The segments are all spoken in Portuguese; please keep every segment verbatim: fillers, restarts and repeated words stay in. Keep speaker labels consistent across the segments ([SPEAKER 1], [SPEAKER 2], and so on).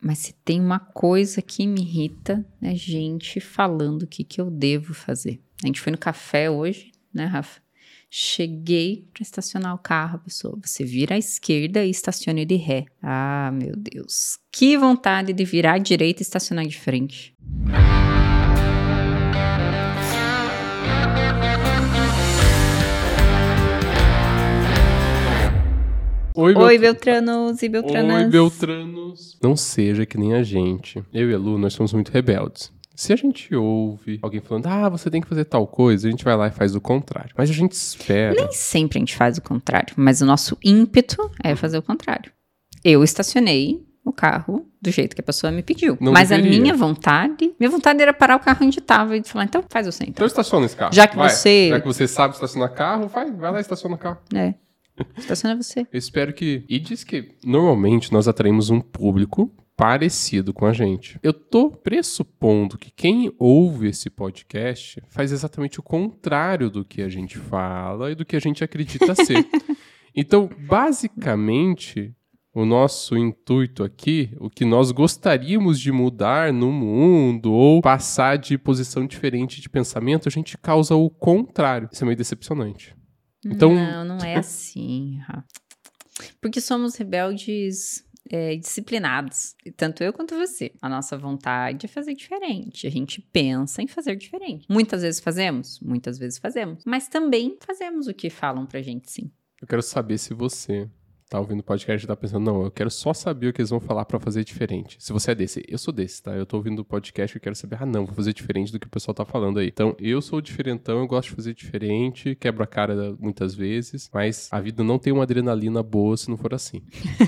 [SPEAKER 1] Mas se tem uma coisa que me irrita, é gente falando o que, que eu devo fazer. A gente foi no café hoje, né, Rafa? Cheguei para estacionar o carro, a pessoa, você vira à esquerda e estacione de ré. Ah, meu Deus. Que vontade de virar à direita e estacionar de frente.
[SPEAKER 2] Oi,
[SPEAKER 1] Oi, Beltranos e Beltranas.
[SPEAKER 2] Oi, Beltranos. Não seja que nem a gente. Eu e a Lu, nós somos muito rebeldes. Se a gente ouve alguém falando, ah, você tem que fazer tal coisa, a gente vai lá e faz o contrário. Mas a gente espera.
[SPEAKER 1] Nem sempre a gente faz o contrário, mas o nosso ímpeto é fazer o contrário. Eu estacionei o carro do jeito que a pessoa me pediu.
[SPEAKER 2] Não
[SPEAKER 1] mas
[SPEAKER 2] deveria.
[SPEAKER 1] a minha vontade, minha vontade era parar o carro onde estava e falar, então faz você então.
[SPEAKER 2] Então estaciona esse carro.
[SPEAKER 1] Já que
[SPEAKER 2] vai.
[SPEAKER 1] você...
[SPEAKER 2] Já que você sabe estacionar carro, vai, vai lá e estaciona o carro.
[SPEAKER 1] É. Estaciona você.
[SPEAKER 2] Eu espero que... E diz que, normalmente, nós atraímos um público parecido com a gente. Eu tô pressupondo que quem ouve esse podcast faz exatamente o contrário do que a gente fala e do que a gente acredita ser. Então, basicamente, o nosso intuito aqui, o que nós gostaríamos de mudar no mundo ou passar de posição diferente de pensamento, a gente causa o contrário. Isso é meio decepcionante. Então...
[SPEAKER 1] Não, não é assim, Rafa. Porque somos rebeldes é, disciplinados. Tanto eu quanto você. A nossa vontade é fazer diferente. A gente pensa em fazer diferente. Muitas vezes fazemos? Muitas vezes fazemos. Mas também fazemos o que falam pra gente, sim.
[SPEAKER 2] Eu quero saber se você tá ouvindo o podcast e tá pensando, não, eu quero só saber o que eles vão falar pra fazer diferente. Se você é desse, eu sou desse, tá? Eu tô ouvindo o podcast e quero saber, ah, não, vou fazer diferente do que o pessoal tá falando aí. Então, eu sou o diferentão, eu gosto de fazer diferente, quebro a cara muitas vezes, mas a vida não tem uma adrenalina boa se não for assim.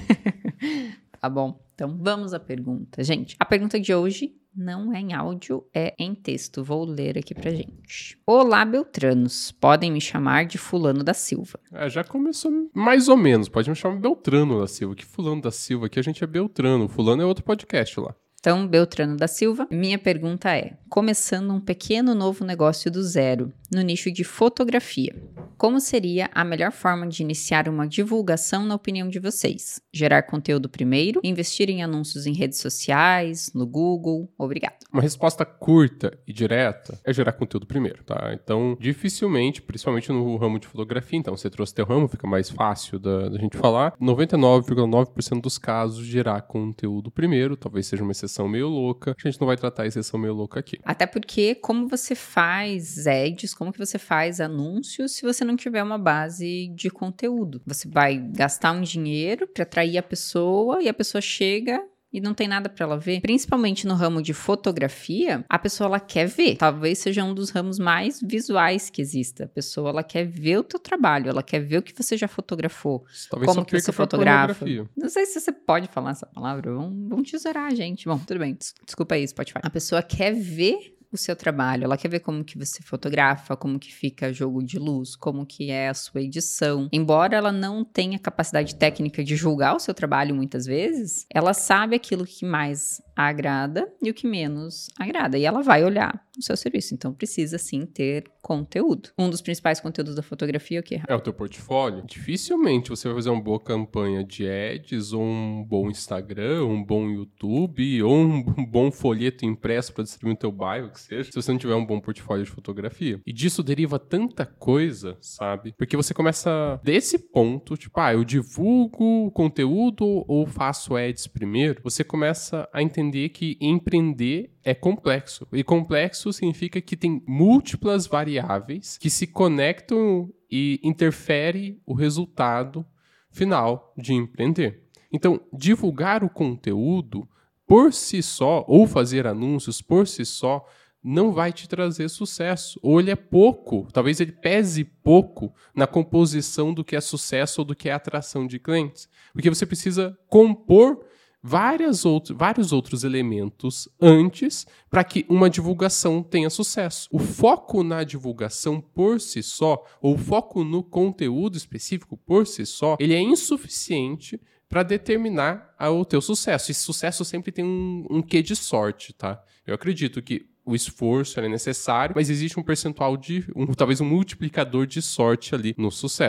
[SPEAKER 1] Tá bom, então vamos à pergunta. Gente, a pergunta de hoje não é em áudio, é em texto. Vou ler aqui pra gente. Olá, Beltranos. Podem me chamar de Fulano da Silva.
[SPEAKER 2] É, já começou mais ou menos. Pode me chamar Beltrano da Silva. Que Fulano da Silva? Aqui a gente é Beltrano. Fulano é outro podcast lá.
[SPEAKER 1] Então, Beltrano da Silva, minha pergunta é, começando um pequeno novo negócio do zero, no nicho de fotografia, como seria a melhor forma de iniciar uma divulgação na opinião de vocês? Gerar conteúdo primeiro, investir em anúncios em redes sociais, no Google? Obrigado.
[SPEAKER 2] Uma resposta curta e direta é gerar conteúdo primeiro, tá? Então, dificilmente, principalmente no ramo de fotografia, então você trouxe teu ramo, fica mais fácil da, da gente falar, noventa e nove vírgula nove por cento dos casos gerar conteúdo primeiro, talvez seja uma exceção meio louca, a gente não vai tratar a exceção meio louca aqui.
[SPEAKER 1] Até porque, como você faz ads, como que você faz anúncios se você não tiver uma base de conteúdo? Você vai gastar um dinheiro para atrair a pessoa e a pessoa chega e não tem nada para ela ver. Principalmente no ramo de fotografia, a pessoa ela quer ver. Talvez seja um dos ramos mais visuais que exista. A pessoa ela quer ver o teu trabalho, ela quer ver o que você já fotografou.
[SPEAKER 2] Talvez
[SPEAKER 1] como que você fotografa. Não sei se você pode falar essa palavra. Vamos, vamos tesourar, gente. Bom, tudo bem. Desculpa aí, Spotify. A pessoa quer ver o seu trabalho, ela quer ver como que você fotografa, como que fica jogo de luz, como que é a sua edição. Embora ela não tenha capacidade técnica de julgar o seu trabalho muitas vezes, ela sabe aquilo que mais a agrada e o que menos agrada. E ela vai olhar o seu serviço. Então, precisa, sim, ter conteúdo. Um dos principais conteúdos da fotografia é o quê?
[SPEAKER 2] É o teu portfólio. Dificilmente você vai fazer uma boa campanha de ads, ou um bom Instagram, um bom YouTube, ou um bom folheto impresso para distribuir no teu bairro, que seja, se você não tiver um bom portfólio de fotografia. E disso deriva tanta coisa, sabe? Porque você começa desse ponto, tipo, ah, eu divulgo conteúdo ou faço ads primeiro. Você começa a entender que empreender é complexo. E complexo significa que tem múltiplas variáveis que se conectam e interferem o resultado final de empreender. Então, divulgar o conteúdo por si só, ou fazer anúncios por si só, não vai te trazer sucesso. Ou ele é pouco, talvez ele pese pouco na composição do que é sucesso ou do que é atração de clientes. Porque você precisa compor Várias outro, vários outros elementos antes para que uma divulgação tenha sucesso. O foco na divulgação por si só, ou o foco no conteúdo específico por si só, ele é insuficiente para determinar o teu sucesso. E sucesso sempre tem um, um quê de sorte, tá? Eu acredito que o esforço é necessário, mas existe um percentual de, um, talvez um multiplicador de sorte ali no sucesso.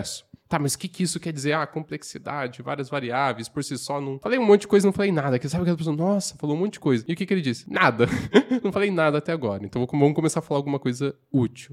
[SPEAKER 2] Tá, mas o que, que isso quer dizer? Ah, complexidade, várias variáveis, por si só, não... Falei um monte de coisa, não falei nada. Sabe aquela pessoa, nossa, falou um monte de coisa. E o que, que ele disse? Nada. Não falei nada até agora. Então vamos começar a falar alguma coisa útil.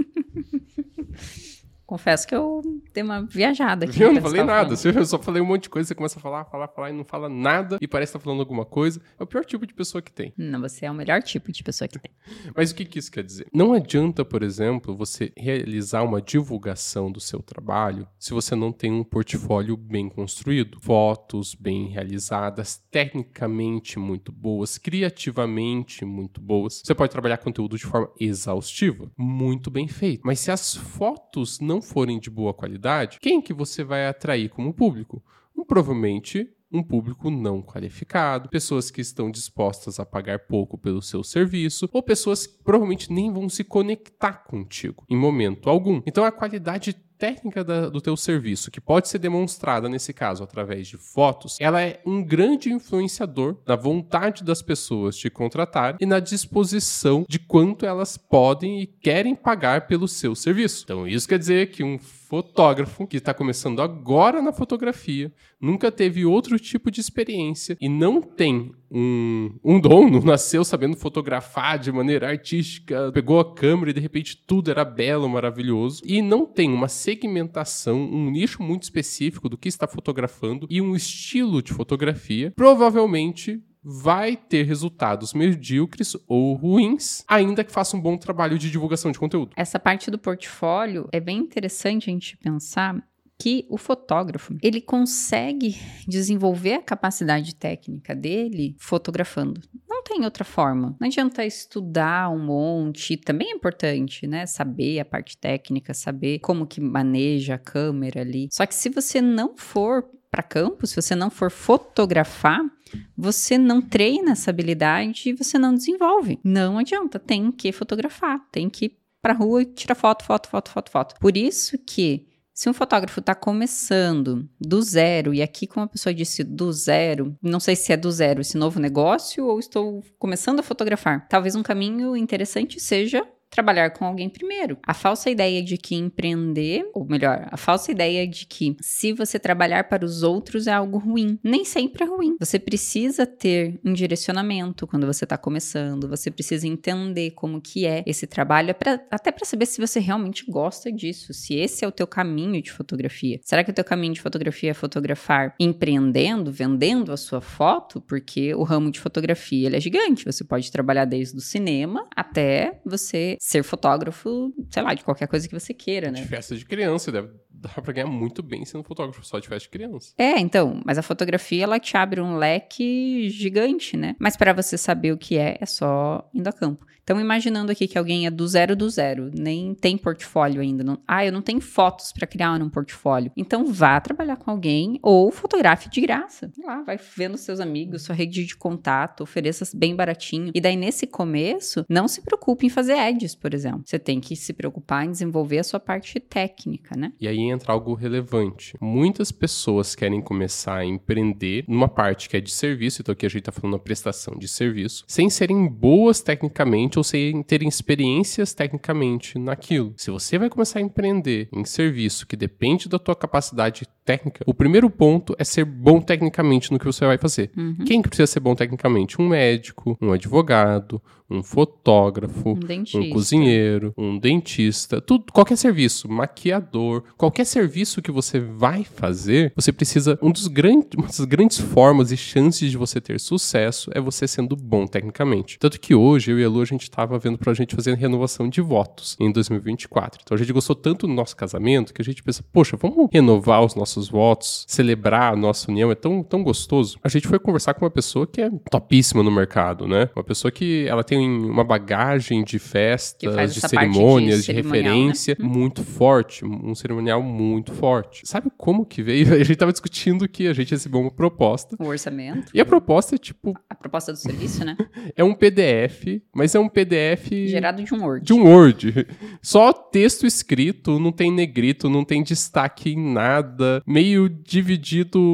[SPEAKER 1] Confesso que eu dei uma viajada aqui.
[SPEAKER 2] Eu não falei nada, eu só falei um monte de coisa, você começa a falar, falar, falar e não fala nada e parece que tá falando alguma coisa. É o pior tipo de pessoa que tem.
[SPEAKER 1] Não, você é o melhor tipo de pessoa que tem.
[SPEAKER 2] Mas o que, que isso quer dizer? Não adianta, por exemplo, você realizar uma divulgação do seu trabalho se você não tem um portfólio bem construído. Fotos bem realizadas, tecnicamente muito boas, criativamente muito boas. Você pode trabalhar conteúdo de forma exaustiva, muito bem feito. Mas se as fotos não forem de boa qualidade, quem que você vai atrair como público? Um, provavelmente um público não qualificado, pessoas que estão dispostas a pagar pouco pelo seu serviço, ou pessoas que provavelmente nem vão se conectar contigo em momento algum. Então a qualidade técnica da, do teu serviço, que pode ser demonstrada nesse caso através de fotos, ela é um grande influenciador na vontade das pessoas te contratar e na disposição de quanto elas podem e querem pagar pelo seu serviço. Então isso quer dizer que um fotógrafo que está começando agora na fotografia, nunca teve outro tipo de experiência e não tem um, um dom, não nasceu sabendo fotografar de maneira artística, pegou a câmera e de repente tudo era belo, maravilhoso, e não tem uma segmentação, um nicho muito específico do que está fotografando e um estilo de fotografia, provavelmente vai ter resultados medíocres ou ruins, ainda que faça um bom trabalho de divulgação de conteúdo.
[SPEAKER 1] Essa parte do portfólio é bem interessante a gente pensar que o fotógrafo, ele consegue desenvolver a capacidade técnica dele fotografando. Não tem outra forma. Não adianta estudar um monte, também é importante, né? Saber a parte técnica, saber como que maneja a câmera ali. Só que se você não for para campo, se você não for fotografar, você não treina essa habilidade e você não desenvolve. Não adianta, tem que fotografar, tem que ir pra rua e tirar foto, foto, foto, foto, foto. Por isso que se um fotógrafo está começando do zero, e aqui como a pessoa disse do zero, não sei se é do zero esse novo negócio ou estou começando a fotografar, talvez um caminho interessante seja trabalhar com alguém primeiro. A falsa ideia de que empreender, ou melhor, a falsa ideia de que se você trabalhar para os outros é algo ruim. Nem sempre é ruim. Você precisa ter um direcionamento quando você está começando, você precisa entender como que é esse trabalho, pra, até para saber se você realmente gosta disso, se esse é o teu caminho de fotografia. Será que o teu caminho de fotografia é fotografar empreendendo, vendendo a sua foto? Porque o ramo de fotografia ele é gigante. Você pode trabalhar desde o cinema até você ser fotógrafo, sei lá, de qualquer coisa que você queira, né?
[SPEAKER 2] De festa de criança, deve dar pra ganhar muito bem sendo fotógrafo só de festa de criança.
[SPEAKER 1] É, então, mas a fotografia, ela te abre um leque gigante, né? Mas para você saber o que é, é só indo a campo. Então, imaginando aqui que alguém é do zero do zero, nem tem portfólio ainda. Não, ah, eu não tenho fotos para criar um portfólio. Então, vá trabalhar com alguém ou fotografe de graça. Sei lá, vai vendo seus amigos, sua rede de contato, ofereça bem baratinho. E daí, nesse começo, não se preocupe em fazer ads, por exemplo. Você tem que se preocupar em desenvolver a sua parte técnica, né?
[SPEAKER 2] E aí entra algo relevante. Muitas pessoas querem começar a empreender numa parte que é de serviço, então aqui a gente tá falando da prestação de serviço, sem serem boas tecnicamente ou sem terem experiências tecnicamente naquilo. Se você vai começar a empreender em serviço que depende da tua capacidade técnica, o primeiro ponto é ser bom tecnicamente no que você vai fazer.
[SPEAKER 1] Uhum.
[SPEAKER 2] Quem que precisa ser bom tecnicamente? Um médico, um advogado, um fotógrafo,
[SPEAKER 1] um, dentista.
[SPEAKER 2] um cozinheiro, um dentista, tudo, qualquer serviço, maquiador, qualquer serviço que você vai fazer, você precisa, um dos grandes, uma das grandes formas e chances de você ter sucesso é você sendo bom tecnicamente. Tanto que hoje, eu e a Lu, a gente estava vendo pra gente fazer renovação de votos em dois mil e vinte e quatro. Então a gente gostou tanto do nosso casamento que a gente pensa, poxa, vamos renovar os nossos votos, celebrar a nossa união, é tão, tão gostoso. A gente foi conversar com uma pessoa que é topíssima no mercado, né? Uma pessoa que ela tem uma bagagem de festas, de cerimônias, de, de referência, né? Muito forte, um cerimonial muito forte. Sabe como que veio? A gente tava discutindo que a gente recebeu uma proposta.
[SPEAKER 1] O orçamento.
[SPEAKER 2] E a proposta é tipo...
[SPEAKER 1] A proposta do serviço, né?
[SPEAKER 2] É um P D F, mas é um P D F...
[SPEAKER 1] gerado de um Word.
[SPEAKER 2] De um Word. Só texto escrito, não tem negrito, não tem destaque em nada, meio dividido...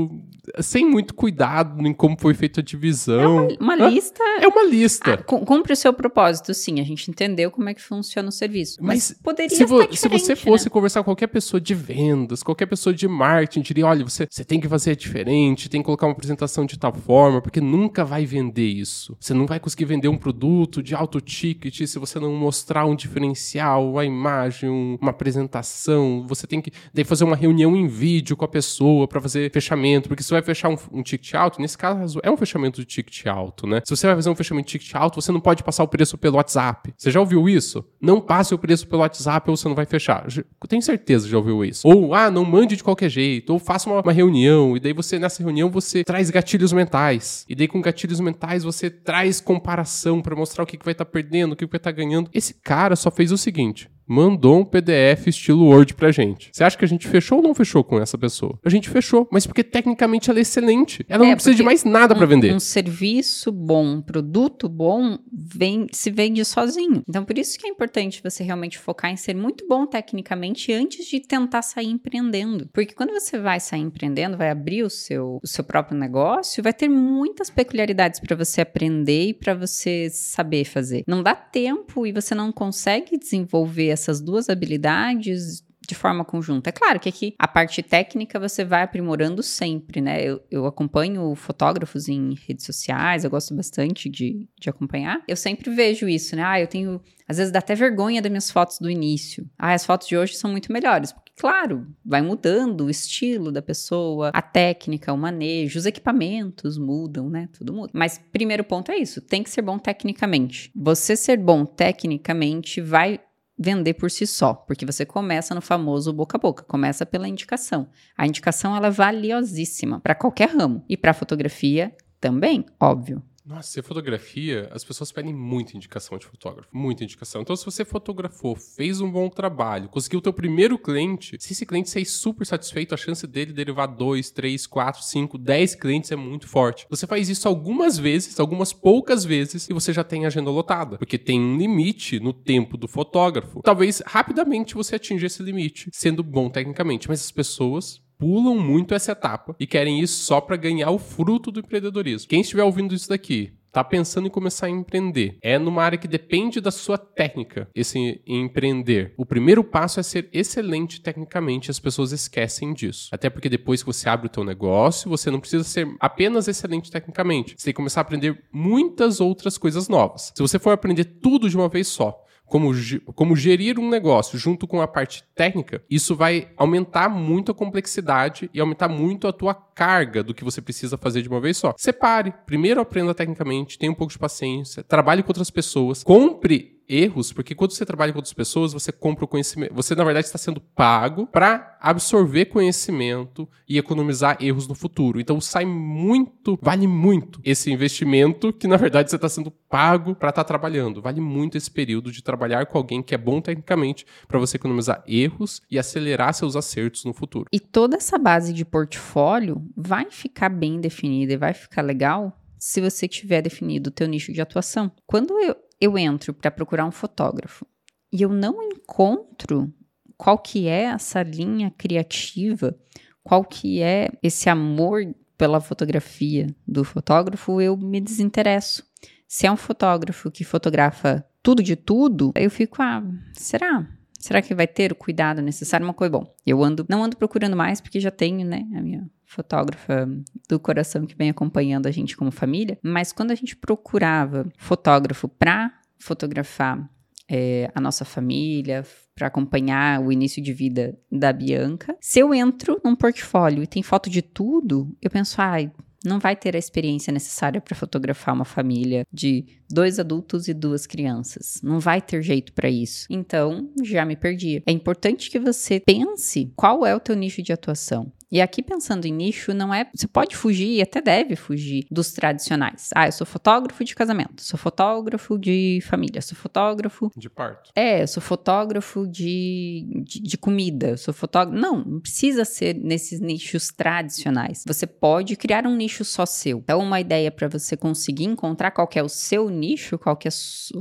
[SPEAKER 2] sem muito cuidado em como foi feita a divisão.
[SPEAKER 1] É uma, uma lista...
[SPEAKER 2] É uma lista.
[SPEAKER 1] Ah, cumpre o seu propósito, sim. A gente entendeu como é que funciona o serviço. Mas, mas poderia
[SPEAKER 2] se, vo,
[SPEAKER 1] estar
[SPEAKER 2] se você fosse
[SPEAKER 1] né?
[SPEAKER 2] conversar com qualquer pessoa de vendas, qualquer pessoa de marketing, diria, olha, você, você tem que fazer diferente, tem que colocar uma apresentação de tal forma, porque nunca vai vender isso. Você não vai conseguir vender um produto de alto ticket se você não mostrar um diferencial, a imagem, um, uma apresentação. Você tem que daí fazer uma reunião em vídeo com a pessoa para fazer fechamento, porque se você vai fechar um, um ticket alto, nesse caso é um fechamento de ticket alto, né? Se você vai fazer um fechamento de ticket alto, você não pode passar o preço pelo WhatsApp. Você já ouviu isso? Não passe o preço pelo WhatsApp ou você não vai fechar. Eu tenho certeza que já ouviu isso. Ou, ah, não mande de qualquer jeito. Ou faça uma, uma reunião e daí você, nessa reunião, você traz gatilhos mentais. E daí com gatilhos mentais você traz comparação para mostrar o que, que vai estar tá perdendo, o que, que vai estar tá ganhando. Esse cara só fez o seguinte... mandou um P D F estilo Word pra gente. Você acha que a gente fechou ou não fechou com essa pessoa? A gente fechou, mas porque tecnicamente ela é excelente. Ela é, não precisa de mais nada pra
[SPEAKER 1] um,
[SPEAKER 2] vender.
[SPEAKER 1] Um serviço bom, um produto bom, vem, se vende sozinho. Então, por isso que é importante você realmente focar em ser muito bom tecnicamente antes de tentar sair empreendendo. Porque quando você vai sair empreendendo, vai abrir o seu, o seu próprio negócio, vai ter muitas peculiaridades pra você aprender e pra você saber fazer. Não dá tempo e você não consegue desenvolver essas duas habilidades de forma conjunta. É claro que aqui a parte técnica você vai aprimorando sempre, né? Eu, eu acompanho fotógrafos em redes sociais, eu gosto bastante de, de acompanhar. Eu sempre vejo isso, né? Ah, eu tenho... Às vezes dá até vergonha das minhas fotos do início. Ah, as fotos de hoje são muito melhores. Porque, claro, vai mudando o estilo da pessoa, a técnica, o manejo, os equipamentos mudam, né? Tudo muda. Mas primeiro ponto é isso, tem que ser bom tecnicamente. Você ser bom tecnicamente vai vender por si só, porque você começa no famoso boca a boca, começa pela indicação. A indicação ela é valiosíssima para qualquer ramo e para fotografia também, óbvio.
[SPEAKER 2] Nossa, se fotografia, as pessoas pedem muita indicação de fotógrafo, muita indicação. Então, se você fotografou, fez um bom trabalho, conseguiu o teu primeiro cliente, se esse cliente sair super satisfeito, a chance dele derivar dois, três, quatro, cinco, dez clientes é muito forte. Você faz isso algumas vezes, algumas poucas vezes, e você já tem a agenda lotada, porque tem um limite no tempo do fotógrafo. Talvez, rapidamente, você atinja esse limite, sendo bom tecnicamente, mas as pessoas... pulam muito essa etapa e querem isso só para ganhar o fruto do empreendedorismo. Quem estiver ouvindo isso daqui, tá pensando em começar a empreender, é numa área que depende da sua técnica, esse empreender. O primeiro passo é ser excelente tecnicamente, as pessoas esquecem disso. Até porque depois que você abre o teu negócio, você não precisa ser apenas excelente tecnicamente. Você tem que começar a aprender muitas outras coisas novas. Se você for aprender tudo de uma vez só, Como, como gerir um negócio junto com a parte técnica, isso vai aumentar muito a complexidade e aumentar muito a tua carga do que você precisa fazer de uma vez só. Separe, primeiro aprenda tecnicamente, tenha um pouco de paciência, trabalhe com outras pessoas, compre erros, porque quando você trabalha com outras pessoas, você compra o conhecimento. Você, na verdade, está sendo pago para absorver conhecimento e economizar erros no futuro. Então, sai muito, vale muito esse investimento que, na verdade, você está sendo pago para estar trabalhando. Vale muito esse período de trabalhar com alguém que é bom tecnicamente para você economizar erros e acelerar seus acertos no futuro.
[SPEAKER 1] E toda essa base de portfólio vai ficar bem definida e vai ficar legal se você tiver definido o teu nicho de atuação. Quando eu eu entro para procurar um fotógrafo e eu não encontro qual que é essa linha criativa, qual que é esse amor pela fotografia do fotógrafo, eu me desinteresso. Se é um fotógrafo que fotografa tudo de tudo, eu fico, ah, será? Será que vai ter o cuidado necessário? Uma coisa, bom, eu ando, não ando procurando mais porque já tenho, né, a minha fotógrafa do coração que vem acompanhando a gente como família, mas quando a gente procurava fotógrafo para fotografar é, a nossa família, para acompanhar o início de vida da Bianca, se eu entro num portfólio e tem foto de tudo, eu penso, ai, não vai ter a experiência necessária para fotografar uma família de dois adultos e duas crianças. Não vai ter jeito para isso. Então, já me perdi. É importante que você pense qual é o teu nicho de atuação. E aqui, pensando em nicho, não é... Você pode fugir e até deve fugir dos tradicionais. Ah, eu sou fotógrafo de casamento, sou fotógrafo de família, sou fotógrafo...
[SPEAKER 2] De parto.
[SPEAKER 1] É, eu sou fotógrafo de, de, de comida, eu sou fotógrafo... Não, não precisa ser nesses nichos tradicionais. Você pode criar um nicho só seu. Então, uma ideia para você conseguir encontrar qual que é o seu nicho, qual que é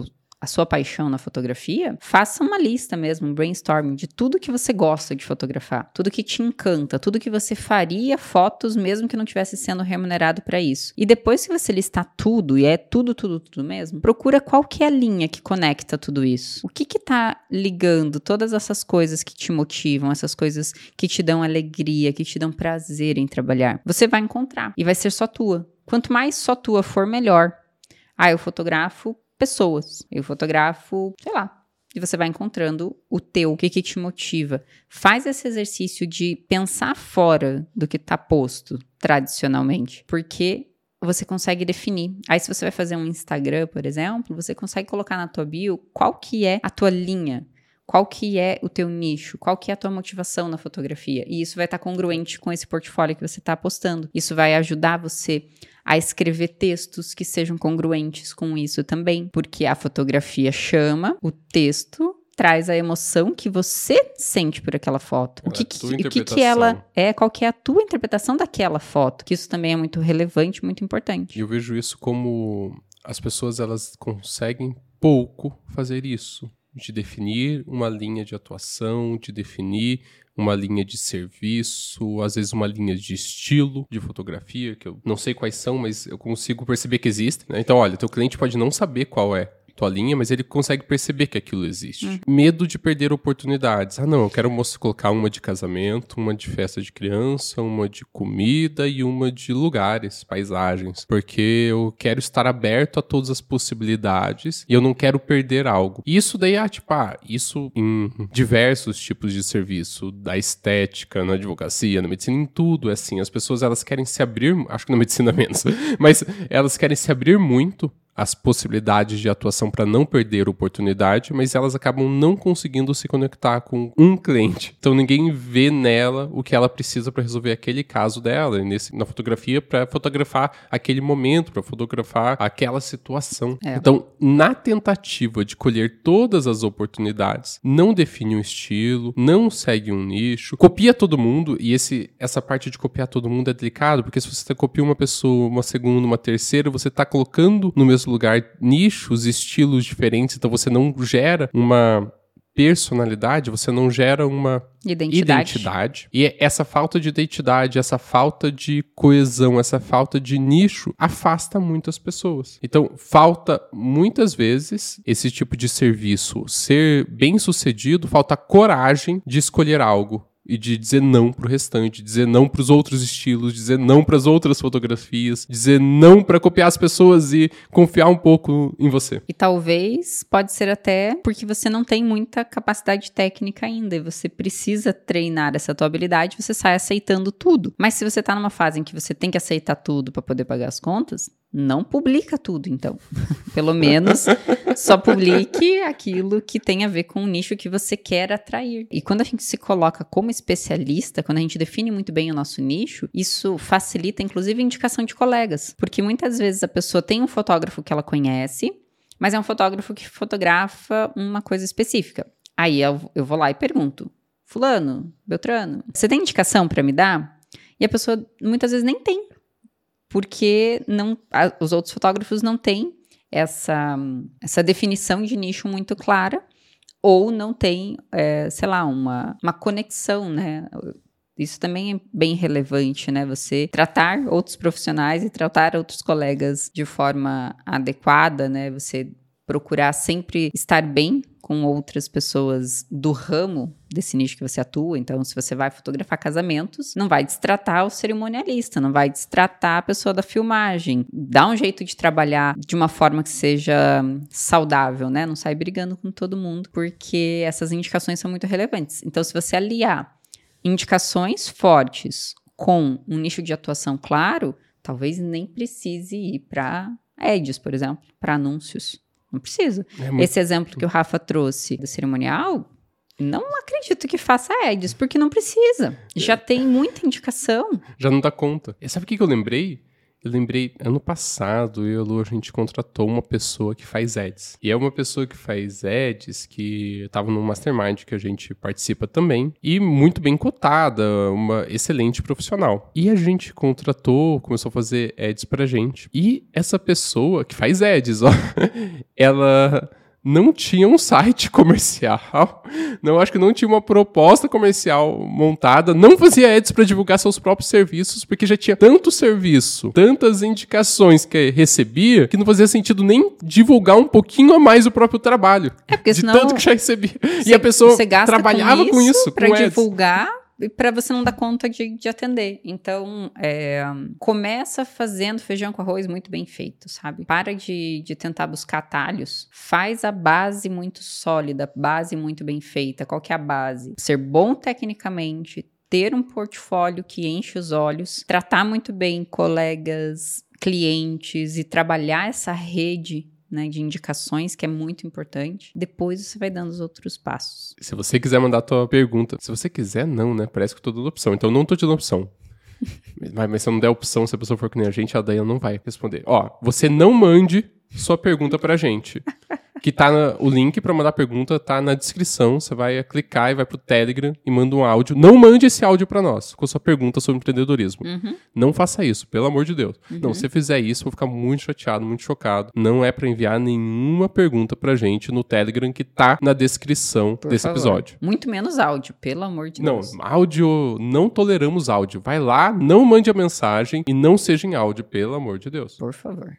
[SPEAKER 1] a sua paixão na fotografia, faça uma lista mesmo, um brainstorming de tudo que você gosta de fotografar, tudo que te encanta, tudo que você faria fotos mesmo que não estivesse sendo remunerado para isso. E depois que você listar tudo, e é tudo, tudo, tudo mesmo, procura qual que é a linha que conecta tudo isso. O que que tá ligando todas essas coisas que te motivam, essas coisas que te dão alegria, que te dão prazer em trabalhar. Você vai encontrar e vai ser só tua. Quanto mais só tua for, melhor. Ah, eu fotografo pessoas, eu fotografo, sei lá, e você vai encontrando o teu, o que que te motiva. Faz esse exercício de pensar fora do que tá posto tradicionalmente, porque você consegue definir. Aí se você vai fazer um Instagram, por exemplo, você consegue colocar na tua bio qual que é a tua linha, qual que é o teu nicho, qual que é a tua motivação na fotografia. E isso vai estar congruente com esse portfólio que você está postando. Isso vai ajudar você a escrever textos que sejam congruentes com isso também, porque a fotografia chama, o texto traz a emoção que você sente por aquela foto. O que, que, o que, que ela é, qual que é a tua interpretação daquela foto, que isso também é muito relevante, muito importante.
[SPEAKER 2] E eu vejo isso como as pessoas, elas conseguem pouco fazer isso, de definir uma linha de atuação, de definir uma linha de serviço, às vezes uma linha de estilo de fotografia, que eu não sei quais são, mas eu consigo perceber que existem, né? Então, olha, teu cliente pode não saber qual é tua linha, mas ele consegue perceber que aquilo existe. Hum. Medo de perder oportunidades. Ah, não, eu quero mostrar, colocar uma de casamento, uma de festa de criança, uma de comida e uma de lugares, paisagens, porque eu quero estar aberto a todas as possibilidades e eu não quero perder algo. Isso daí, ah, tipo, ah, isso em diversos tipos de serviço, da estética, na advocacia, na medicina, em tudo, é assim. As pessoas, elas querem se abrir, acho que na medicina menos, mas elas querem se abrir muito as possibilidades de atuação para não perder oportunidade, mas elas acabam não conseguindo se conectar com um cliente. Então ninguém vê nela o que ela precisa para resolver aquele caso dela, e nesse, na fotografia para fotografar aquele momento, para fotografar aquela situação. É. Então, na tentativa de colher todas as oportunidades, não define um estilo, não segue um nicho, copia todo mundo, e esse, essa parte de copiar todo mundo é delicado, porque se você copia uma pessoa, uma segunda, uma terceira, você está colocando no mesmo lugar nichos, estilos diferentes, então você não gera uma personalidade, você não gera uma identidade. identidade. E essa falta de identidade, essa falta de coesão, essa falta de nicho afasta muitas pessoas. Então, falta muitas vezes esse tipo de serviço ser bem sucedido, falta coragem de escolher algo. E de dizer não pro restante, dizer não pros outros estilos, dizer não pras outras fotografias, dizer não pra copiar as pessoas e confiar um pouco em você.
[SPEAKER 1] E talvez, pode ser até porque você não tem muita capacidade técnica ainda e você precisa treinar essa tua habilidade, você sai aceitando tudo. Mas se você tá numa fase em que você tem que aceitar tudo pra poder pagar as contas, não publica tudo, então. Pelo menos só publique aquilo que tem a ver com o nicho que você quer atrair. E quando a gente se coloca como especialista, quando a gente define muito bem o nosso nicho, isso facilita, inclusive, a indicação de colegas. Porque muitas vezes a pessoa tem um fotógrafo que ela conhece, mas é um fotógrafo que fotografa uma coisa específica. Aí eu, eu vou lá e pergunto, fulano, Beltrano, você tem indicação para me dar? E a pessoa muitas vezes nem tem. Porque não, a, os outros fotógrafos não têm essa, essa definição de nicho muito clara, ou não tem, é, sei lá, uma, uma conexão, né? Isso também é bem relevante, né? Você tratar outros profissionais e tratar outros colegas de forma adequada, né? Você procurar sempre estar bem com outras pessoas do ramo desse nicho que você atua. Então, se você vai fotografar casamentos, não vai destratar o cerimonialista, não vai destratar a pessoa da filmagem. Dá um jeito de trabalhar de uma forma que seja saudável, né? Não sai brigando com todo mundo, porque essas indicações são muito relevantes. Então, se você aliar indicações fortes com um nicho de atuação claro, talvez nem precise ir para ads, por exemplo, para anúncios. Não precisa. É muito... Esse exemplo que o Rafa trouxe do cerimonial, não acredito que faça ads, porque não precisa. Já tem muita indicação.
[SPEAKER 2] Já não dá conta. E sabe o que eu lembrei? Eu lembrei, ano passado, eu e a Lu, a gente contratou uma pessoa que faz ads. E é uma pessoa que faz ads, que estava no Mastermind, que a gente participa também. E muito bem cotada, uma excelente profissional. E a gente contratou, começou a fazer ads pra gente. E essa pessoa que faz ads, ó, ela não tinha um site comercial, não acho que não tinha uma proposta comercial montada, não fazia ads para divulgar seus próprios serviços, porque já tinha tanto serviço, tantas indicações que recebia, que não fazia sentido nem divulgar um pouquinho a mais o próprio trabalho.
[SPEAKER 1] É porque
[SPEAKER 2] de
[SPEAKER 1] senão
[SPEAKER 2] tanto que já recebia.
[SPEAKER 1] Cê,
[SPEAKER 2] e a pessoa trabalhava
[SPEAKER 1] com isso,
[SPEAKER 2] com isso
[SPEAKER 1] para
[SPEAKER 2] com
[SPEAKER 1] divulgar, para você não dar conta de, de atender. Então, é, começa fazendo feijão com arroz muito bem feito, sabe? Para de, de tentar buscar atalhos. Faz a base muito sólida, base muito bem feita. Qual que é a base? Ser bom tecnicamente, ter um portfólio que enche os olhos, tratar muito bem colegas, clientes e trabalhar essa rede, né, de indicações, que é muito importante. Depois você vai dando os outros passos.
[SPEAKER 2] Se você quiser mandar a tua pergunta, se você quiser, não, né? Parece que eu tô dando opção. Então eu não tô te dando opção. mas, mas se eu não der opção, se a pessoa for que nem a gente, a Daia não vai responder. Ó, você não mande sua pergunta pra gente. Que tá na, o link pra mandar pergunta tá na descrição. Você vai clicar e vai pro Telegram e manda um áudio. Não mande esse áudio pra nós com sua pergunta sobre empreendedorismo.
[SPEAKER 1] Uhum.
[SPEAKER 2] Não faça isso, pelo amor de Deus.
[SPEAKER 1] Uhum.
[SPEAKER 2] Não, se você fizer isso, eu vou ficar muito chateado, muito chocado. Não é pra enviar nenhuma pergunta pra gente no Telegram que tá na descrição
[SPEAKER 1] Por
[SPEAKER 2] desse
[SPEAKER 1] favor.
[SPEAKER 2] episódio.
[SPEAKER 1] Muito menos áudio, pelo amor de
[SPEAKER 2] Não,
[SPEAKER 1] Deus.
[SPEAKER 2] áudio, não toleramos áudio. Vai lá, não mande a mensagem e não seja em áudio, pelo amor de Deus.
[SPEAKER 1] Por favor.